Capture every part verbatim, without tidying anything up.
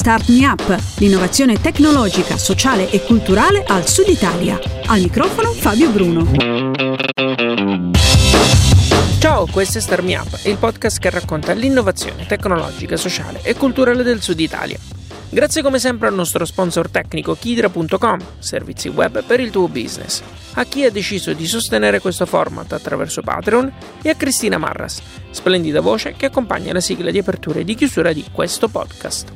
Start Me Up, l'innovazione tecnologica, sociale e culturale al Sud Italia. Al microfono Fabio Bruno. Ciao, questo è Start Me Up, il podcast che racconta l'innovazione tecnologica, sociale e culturale del Sud Italia. Grazie come sempre al nostro sponsor tecnico Kidra punto com, servizi web per il tuo business, a chi ha deciso di sostenere questo format attraverso Patreon e a Cristina Marras, splendida voce che accompagna la sigla di apertura e di chiusura di questo podcast.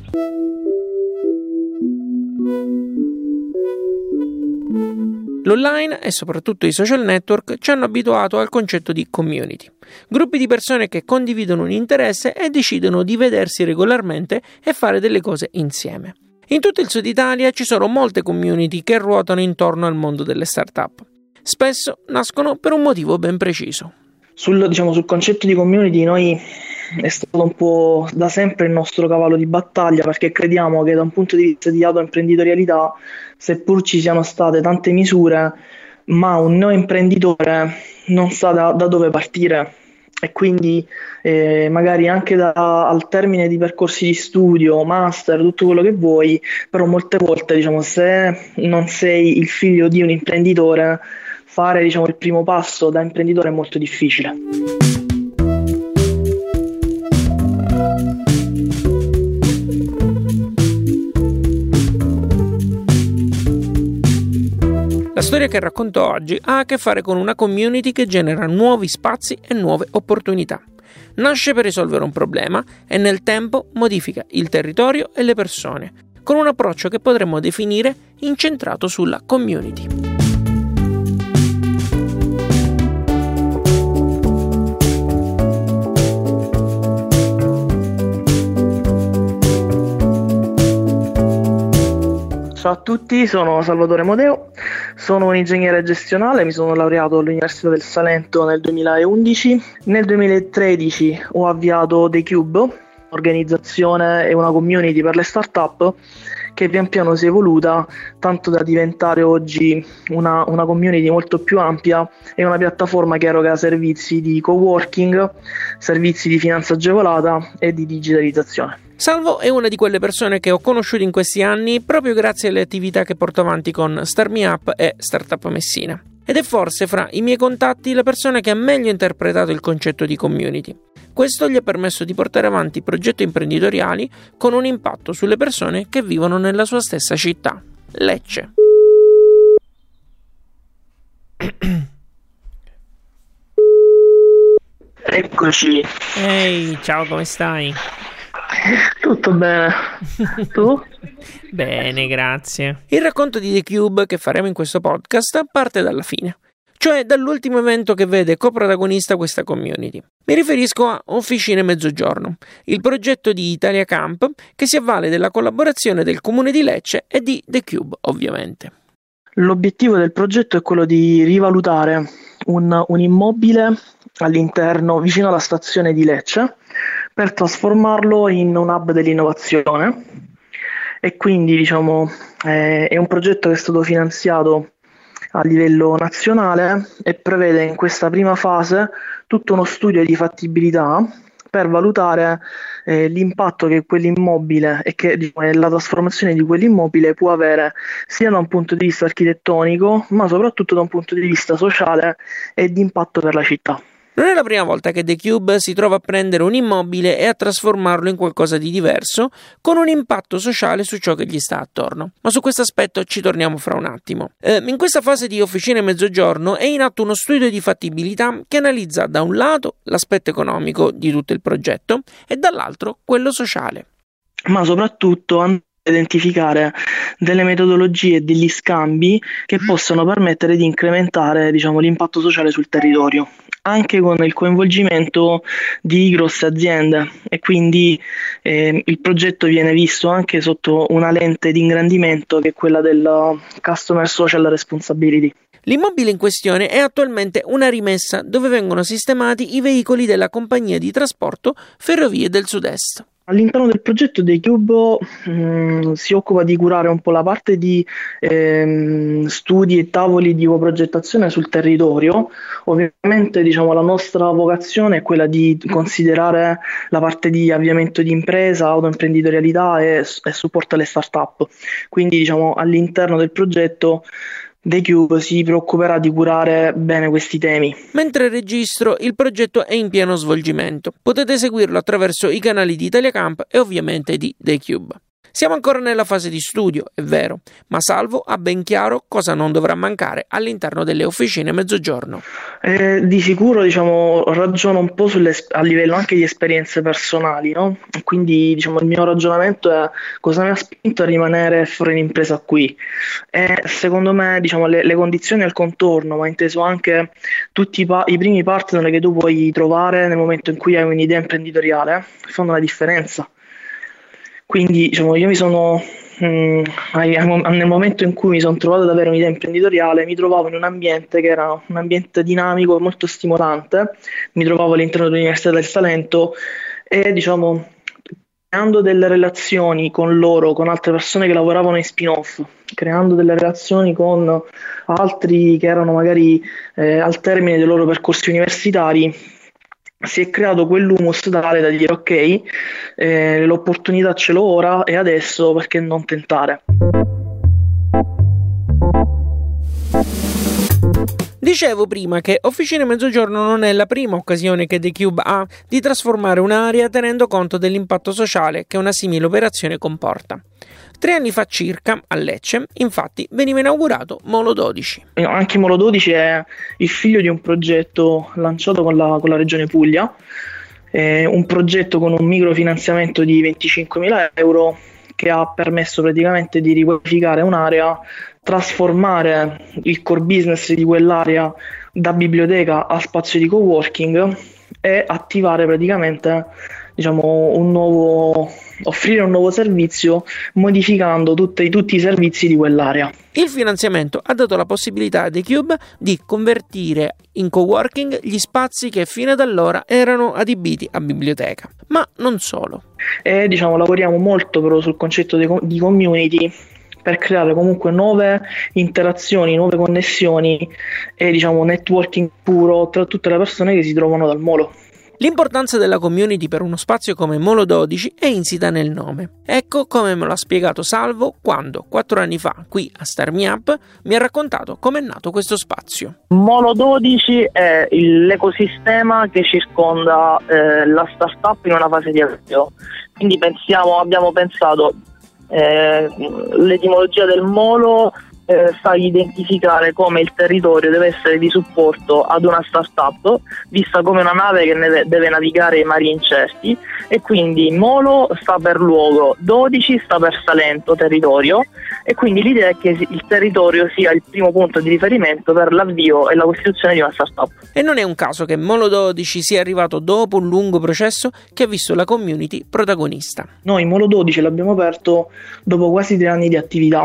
L'online e soprattutto i social network ci hanno abituato al concetto di community, gruppi di persone che condividono un interesse e decidono di vedersi regolarmente e fare delle cose insieme. In tutto il Sud Italia ci sono molte community che ruotano intorno al mondo delle start-up. Spesso nascono per un motivo ben preciso. Sul, diciamo, sul concetto di community noi è stato un po' da sempre il nostro cavallo di battaglia, perché crediamo che da un punto di vista di autoimprenditorialità, seppur ci siano state tante misure, ma un neoimprenditore non sa da, da dove partire e quindi eh, magari anche da, al termine di percorsi di studio, master, tutto quello che vuoi, però molte volte, diciamo, se non sei il figlio di un imprenditore, fare, diciamo, il primo passo da imprenditore è molto difficile. La storia che racconto oggi ha a che fare con una community che genera nuovi spazi e nuove opportunità. Nasce per risolvere un problema e nel tempo modifica il territorio e le persone, con un approccio che potremmo definire incentrato sulla community. Ciao a tutti, sono Salvatore Modeo, sono un ingegnere gestionale, mi sono laureato all'Università del Salento nel duemilaundici. Nel duemilatredici ho avviato The Cube, organizzazione e una community per le start-up che pian piano si è evoluta tanto da diventare oggi una, una community molto più ampia e una piattaforma che eroga servizi di coworking, servizi di finanza agevolata e di digitalizzazione. Salvo è una di quelle persone che ho conosciuto in questi anni proprio grazie alle attività che porto avanti con Start Me Up e Startup Messina. Ed è forse fra i miei contatti la persona che ha meglio interpretato il concetto di community. Questo gli ha permesso di portare avanti progetti imprenditoriali con un impatto sulle persone che vivono nella sua stessa città, Lecce. Eccoci. Ehi, ciao, come stai? Tutto bene. Tu? Bene, grazie. Il racconto di The Cube che faremo in questo podcast parte dalla fine, cioè dall'ultimo evento che vede coprotagonista questa community. Mi riferisco a Officine Mezzogiorno, il progetto di Italia Camp che si avvale della collaborazione del Comune di Lecce e di The Cube, ovviamente. L'obiettivo del progetto è quello di rivalutare un, un immobile all'interno, vicino alla stazione di Lecce, per trasformarlo in un hub dell'innovazione e quindi, diciamo, eh, è un progetto che è stato finanziato a livello nazionale e prevede in questa prima fase tutto uno studio di fattibilità per valutare eh, l'impatto che quell'immobile e che diciamo, la trasformazione di quell'immobile può avere sia da un punto di vista architettonico ma soprattutto da un punto di vista sociale e di impatto per la città. Non è la prima volta che The Cube si trova a prendere un immobile e a trasformarlo in qualcosa di diverso, con un impatto sociale su ciò che gli sta attorno. Ma su questo aspetto ci torniamo fra un attimo. Eh, in questa fase di Officine Mezzogiorno è in atto uno studio di fattibilità che analizza da un lato l'aspetto economico di tutto il progetto e dall'altro quello sociale. Ma soprattutto a identificare delle metodologie e degli scambi che possono permettere di incrementare, diciamo, l'impatto sociale sul territorio, anche con il coinvolgimento di grosse aziende e quindi eh, il progetto viene visto anche sotto una lente di ingrandimento che è quella del Customer Social Responsibility. L'immobile in questione è attualmente una rimessa dove vengono sistemati i veicoli della compagnia di trasporto Ferrovie del Sud-Est. All'interno del progetto TheCube mh, si occupa di curare un po' la parte di ehm, studi e tavoli di coprogettazione sul territorio. Ovviamente, diciamo, la nostra vocazione è quella di considerare la parte di avviamento di impresa, autoimprenditorialità e, e supporto alle start-up. Quindi, diciamo, all'interno del progetto TheCube si preoccuperà di curare bene questi temi. Mentre registro, il progetto è in pieno svolgimento. Potete seguirlo attraverso i canali di Italiacamp e ovviamente di TheCube. Siamo ancora nella fase di studio, è vero, ma Salvo ha ben chiaro cosa non dovrà mancare all'interno delle officine Mezzogiorno. Eh, di sicuro, diciamo, ragiono un po' sulle, a livello anche di esperienze personali, no? Quindi, diciamo, il mio ragionamento è cosa mi ha spinto a rimanere fuori in impresa qui. E secondo me, diciamo, le, le condizioni al contorno, ma inteso anche tutti i, pa- i primi partner che tu puoi trovare nel momento in cui hai un'idea imprenditoriale, fanno la differenza. Quindi, diciamo, io mi sono, mh, nel momento in cui mi sono trovato ad avere un'idea imprenditoriale, mi trovavo in un ambiente che era un ambiente dinamico e molto stimolante. Mi trovavo all'interno dell'Università del Salento e, diciamo, creando delle relazioni con loro, con altre persone che lavoravano in spin-off, creando delle relazioni con altri che erano magari eh, al termine dei loro percorsi universitari, si è creato quell'humus tale da dire ok, eh, l'opportunità ce l'ho ora e adesso perché non tentare. Dicevo prima che Officine Mezzogiorno non è la prima occasione che TheCube ha di trasformare un'area tenendo conto dell'impatto sociale che una simile operazione comporta. Tre anni fa circa, a Lecce, infatti, veniva inaugurato Molo dodici. Anche Molo dodici è il figlio di un progetto lanciato con la, con la Regione Puglia, è un progetto con un microfinanziamento di venticinquemila euro che ha permesso praticamente di riqualificare un'area, trasformare il core business di quell'area da biblioteca a spazio di coworking e attivare praticamente, diciamo, un nuovo offrire un nuovo servizio modificando tutti, tutti i servizi di quell'area. Il finanziamento ha dato la possibilità a TheCube di convertire in coworking gli spazi che fino ad allora erano adibiti a biblioteca, ma non solo. E diciamo lavoriamo molto però sul concetto di, di community per creare comunque nuove interazioni, nuove connessioni e diciamo networking puro tra tutte le persone che si trovano dal molo. L'importanza della community per uno spazio come Molo dodici è insita nel nome. Ecco come me l'ha spiegato Salvo quando, quattro anni fa, qui a Start Me Up, mi ha raccontato come è nato questo spazio. Molo dodici è l'ecosistema che circonda eh, la startup in una fase di avvio. Quindi pensiamo, abbiamo pensato eh, l'etimologia del molo eh, sta a identificare come il territorio deve essere di supporto ad una startup vista come una nave che ne deve navigare i mari incerti, e quindi Molo sta per luogo, dodici sta per Salento, territorio, e quindi l'idea è che il territorio sia il primo punto di riferimento per l'avvio e la costituzione di una startup. E non è un caso che Molo dodici sia arrivato dopo un lungo processo che ha visto la community protagonista. Noi Molo dodici l'abbiamo aperto dopo quasi tre anni di attività.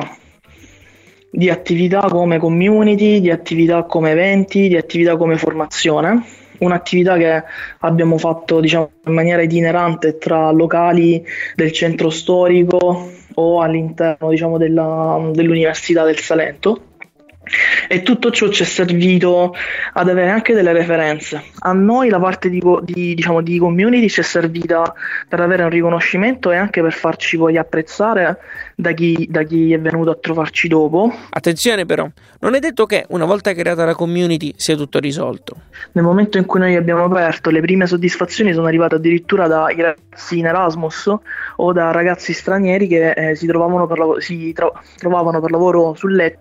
di attività come community, di attività come eventi, di attività come formazione, un'attività che abbiamo fatto diciamo in maniera itinerante tra locali del centro storico o all'interno diciamo della, dell'Università del Salento, e tutto ciò ci è servito ad avere anche delle referenze. A noi la parte di, di, diciamo, di community ci è servita per avere un riconoscimento e anche per farci poi apprezzare da chi, da chi è venuto a trovarci dopo. Attenzione però, non è detto che una volta creata la community sia tutto risolto. Nel momento in cui noi abbiamo aperto, le prime soddisfazioni sono arrivate addirittura dai ragazzi in Erasmus o da ragazzi stranieri che eh, si, trovavano per la, si tro- trovavano per lavoro sul Lecce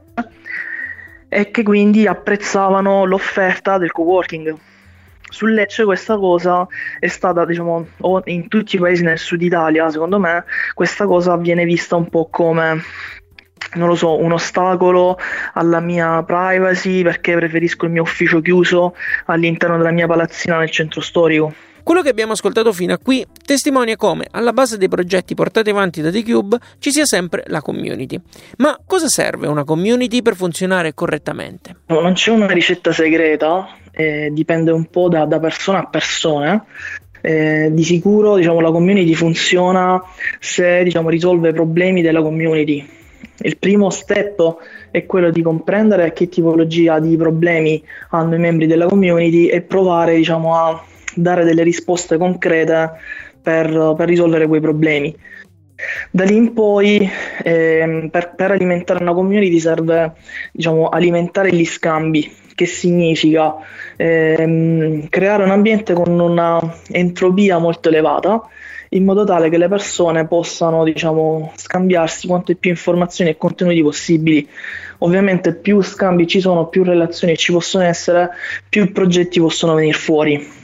e che quindi apprezzavano l'offerta del coworking. Su Lecce questa cosa è stata, diciamo, o in tutti i paesi nel sud Italia, secondo me, questa cosa viene vista un po' come, non lo so, un ostacolo alla mia privacy perché preferisco il mio ufficio chiuso all'interno della mia palazzina nel centro storico. Quello che abbiamo ascoltato fino a qui testimonia come alla base dei progetti portati avanti da TheCube ci sia sempre la community. Ma cosa serve una community per funzionare correttamente? No, non c'è una ricetta segreta, eh, dipende un po' da, da persona a persona. Eh, di sicuro, diciamo, la community funziona se, diciamo, risolve problemi della community. Il primo step è quello di comprendere che tipologia di problemi hanno i membri della community e provare, diciamo, a dare delle risposte concrete per, per risolvere quei problemi. Da lì in poi, eh, per, per alimentare una community serve, diciamo, alimentare gli scambi, che significa ehm, creare un ambiente con una entropia molto elevata, in modo tale che le persone possano, diciamo, scambiarsi quante più informazioni e contenuti possibili. Ovviamente più scambi ci sono, più relazioni ci possono essere, più progetti possono venire fuori.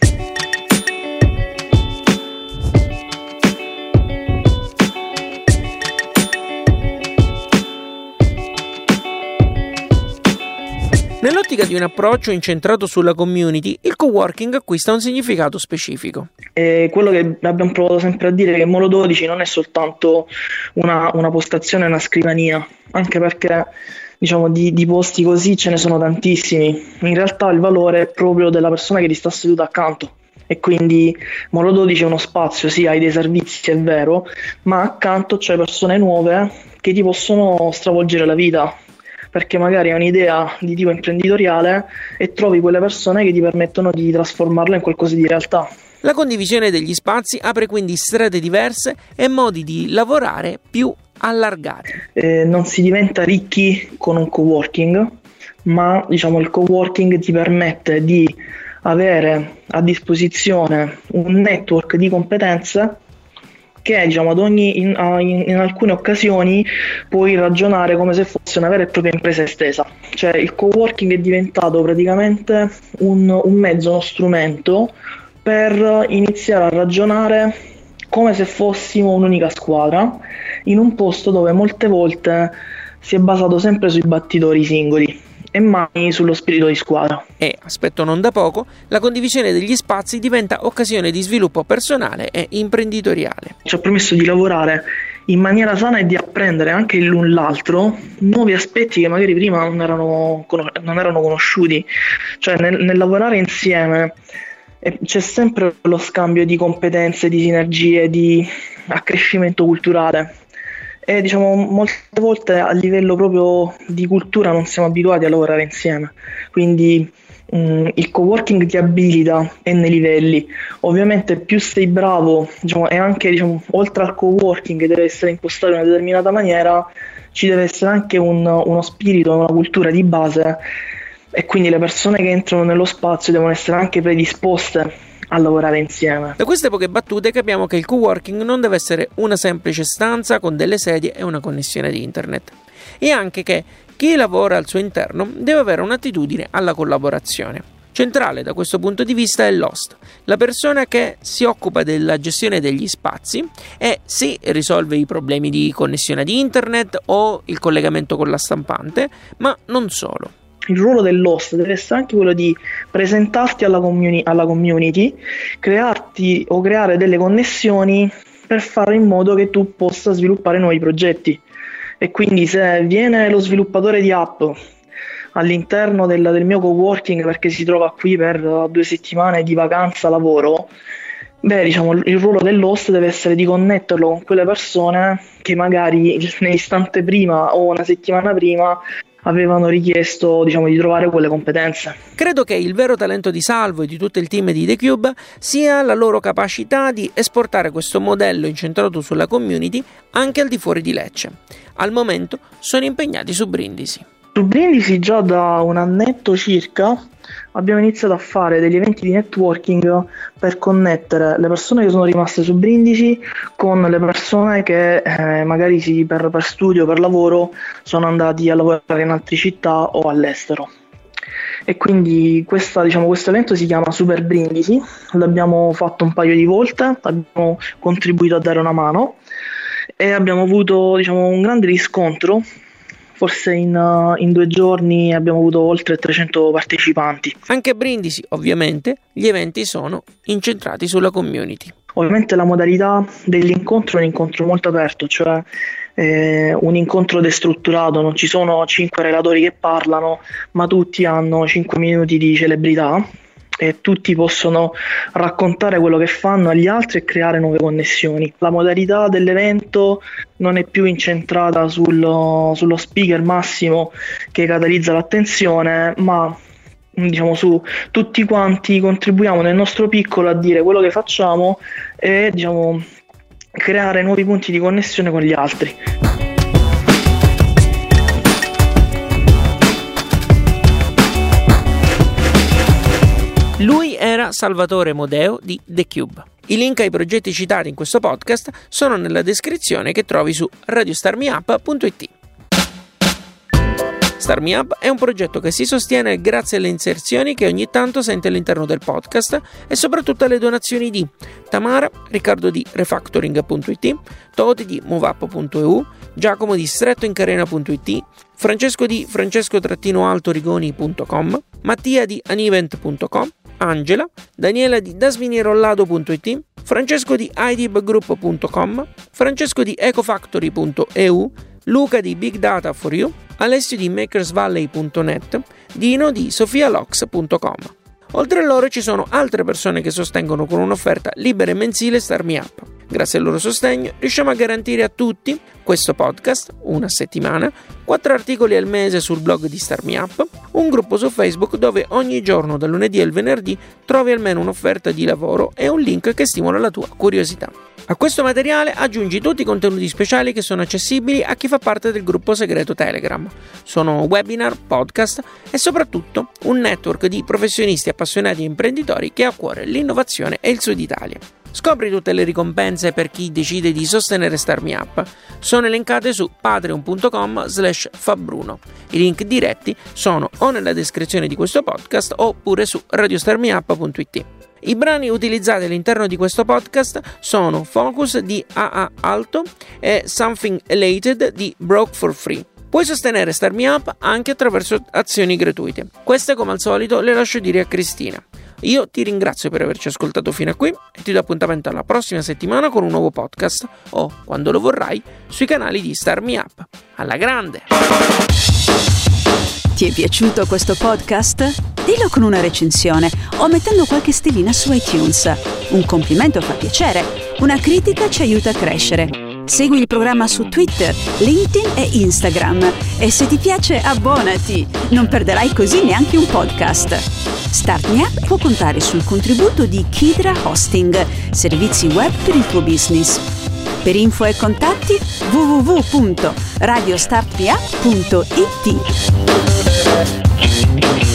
Nell'ottica di un approccio incentrato sulla community, il coworking acquista un significato specifico. E quello che abbiamo provato sempre a dire è che Molo dodici non è soltanto una, una postazione, una scrivania, anche perché, diciamo, di, di posti così ce ne sono tantissimi. In realtà il valore è proprio della persona che ti sta seduta accanto. E quindi Molo dodici è uno spazio, sì, hai dei servizi, è vero, ma accanto c'è persone nuove che ti possono stravolgere la vita, perché magari hai un'idea di tipo imprenditoriale e trovi quelle persone che ti permettono di trasformarla in qualcosa di realtà. La condivisione degli spazi apre quindi strade diverse e modi di lavorare più allargati. Eh, non si diventa ricchi con un coworking, ma, diciamo, il coworking ti permette di avere a disposizione un network di competenze che, diciamo, ad ogni, in, in, in alcune occasioni puoi ragionare come se fosse una vera e propria impresa estesa. Cioè il coworking è diventato praticamente un, un mezzo, uno strumento per iniziare a ragionare come se fossimo un'unica squadra in un posto dove molte volte si è basato sempre sui battitori singoli e mai sullo spirito di squadra. E, aspetto non da poco, la condivisione degli spazi diventa occasione di sviluppo personale e imprenditoriale. Ci ha permesso di lavorare in maniera sana e di apprendere anche l'un l'altro nuovi aspetti che magari prima non erano, non erano conosciuti. Cioè nel, nel lavorare insieme eh, c'è sempre lo scambio di competenze, di sinergie, di accrescimento culturale. E, diciamo, molte volte a livello proprio di cultura non siamo abituati a lavorare insieme, quindi mh, il coworking ti abilita e nei livelli. Ovviamente più sei bravo, diciamo, e anche, diciamo, oltre al coworking che deve essere impostato in una determinata maniera, ci deve essere anche un, uno spirito, una cultura di base, e quindi le persone che entrano nello spazio devono essere anche predisposte a lavorare insieme. Da queste poche battute capiamo che il coworking non deve essere una semplice stanza con delle sedie e una connessione di internet, e anche che chi lavora al suo interno deve avere un'attitudine alla collaborazione. Centrale da questo punto di vista è l'host, la persona che si occupa della gestione degli spazi e sì, risolve i problemi di connessione di internet o il collegamento con la stampante, ma non solo. Il ruolo dell'host deve essere anche quello di presentarti alla, communi- alla community, crearti o creare delle connessioni per fare in modo che tu possa sviluppare nuovi progetti. E quindi se viene lo sviluppatore di app all'interno del, del mio coworking perché si trova qui per due settimane di vacanza lavoro, beh, diciamo, il ruolo dell'host deve essere di connetterlo con quelle persone che magari nell'istante prima o una settimana prima avevano richiesto, diciamo, di trovare quelle competenze. Credo che il vero talento di Salvo e di tutto il team di The Cube sia la loro capacità di esportare questo modello incentrato sulla community anche al di fuori di Lecce. Al momento sono impegnati su Brindisi. Su Brindisi già da un annetto circa abbiamo iniziato a fare degli eventi di networking per connettere le persone che sono rimaste su Brindisi con le persone che eh, magari sì, per, per studio, per lavoro sono andati a lavorare in altre città o all'estero. E quindi questa, diciamo, questo evento si chiama Super Brindisi, l'abbiamo fatto un paio di volte, abbiamo contribuito a dare una mano e abbiamo avuto, diciamo, un grande riscontro. Forse in, uh, in due giorni abbiamo avuto oltre trecento partecipanti. Anche a Brindisi, ovviamente, gli eventi sono incentrati sulla community. Ovviamente la modalità dell'incontro è un incontro molto aperto, cioè eh, un incontro destrutturato, non ci sono cinque relatori che parlano, ma tutti hanno cinque minuti di celebrità. e tutti possono raccontare quello che fanno agli altri e creare nuove connessioni. La modalità dell'evento non è più incentrata sullo, sullo speaker massimo che catalizza l'attenzione, ma diciamo su tutti quanti contribuiamo nel nostro piccolo a dire quello che facciamo e diciamo creare nuovi punti di connessione con gli altri. Lui era Salvatore Modeo di The Cube. I link ai progetti citati in questo podcast sono nella descrizione che trovi su radio star me up punto it. Start Me Up è un progetto che si sostiene grazie alle inserzioni che ogni tanto sente all'interno del podcast e soprattutto alle donazioni di Tamara, Riccardo di refactoring punto it, Toti di moveup punto e u, Giacomo di strettoincarena punto it, Francesco di francesco-altorigoni punto com, Mattia di anivent punto com, Angela, Daniela di dasminierolado punto it, Francesco di idibgroup punto com, Francesco di ecofactory punto e u, Luca di Big Data for You, Alessio di makersvalley punto net, Dino di sofialox punto com. Oltre a loro ci sono altre persone che sostengono con un'offerta libera e mensile Start Me Up. Grazie al loro sostegno riusciamo a garantire a tutti questo podcast, una settimana, quattro articoli al mese sul blog di Start Me Up, un gruppo su Facebook dove ogni giorno dal lunedì al venerdì trovi almeno un'offerta di lavoro e un link che stimola la tua curiosità. A questo materiale aggiungi tutti i contenuti speciali che sono accessibili a chi fa parte del gruppo segreto Telegram. Sono webinar, podcast e soprattutto un network di professionisti appassionati e imprenditori che ha a cuore l'innovazione e il Sud Italia. Scopri tutte le ricompense per chi decide di sostenere Start Me Up. Sono elencate su patreon punto com slash fabbruno. I link diretti sono o nella descrizione di questo podcast oppure su radio star me up punto it. I brani utilizzati all'interno di questo podcast sono Focus di A A Alto e Something Elated di Broke for Free. Puoi sostenere Start Me Up anche attraverso azioni gratuite. Queste, come al solito, le lascio dire a Cristina. Io ti ringrazio per averci ascoltato fino a qui e ti do appuntamento alla prossima settimana con un nuovo podcast o, quando lo vorrai, sui canali di Start Me Up. Alla grande! Ti è piaciuto questo podcast? Dillo con una recensione o mettendo qualche stellina su iTunes. Un complimento fa piacere, una critica ci aiuta a crescere. Segui il programma su Twitter, LinkedIn e Instagram e se ti piace abbonati, non perderai così neanche un podcast. Start Me Up può contare sul contributo di Kidra Hosting, servizi web per il tuo business. Per info e contatti w w w punto radio start me up punto it.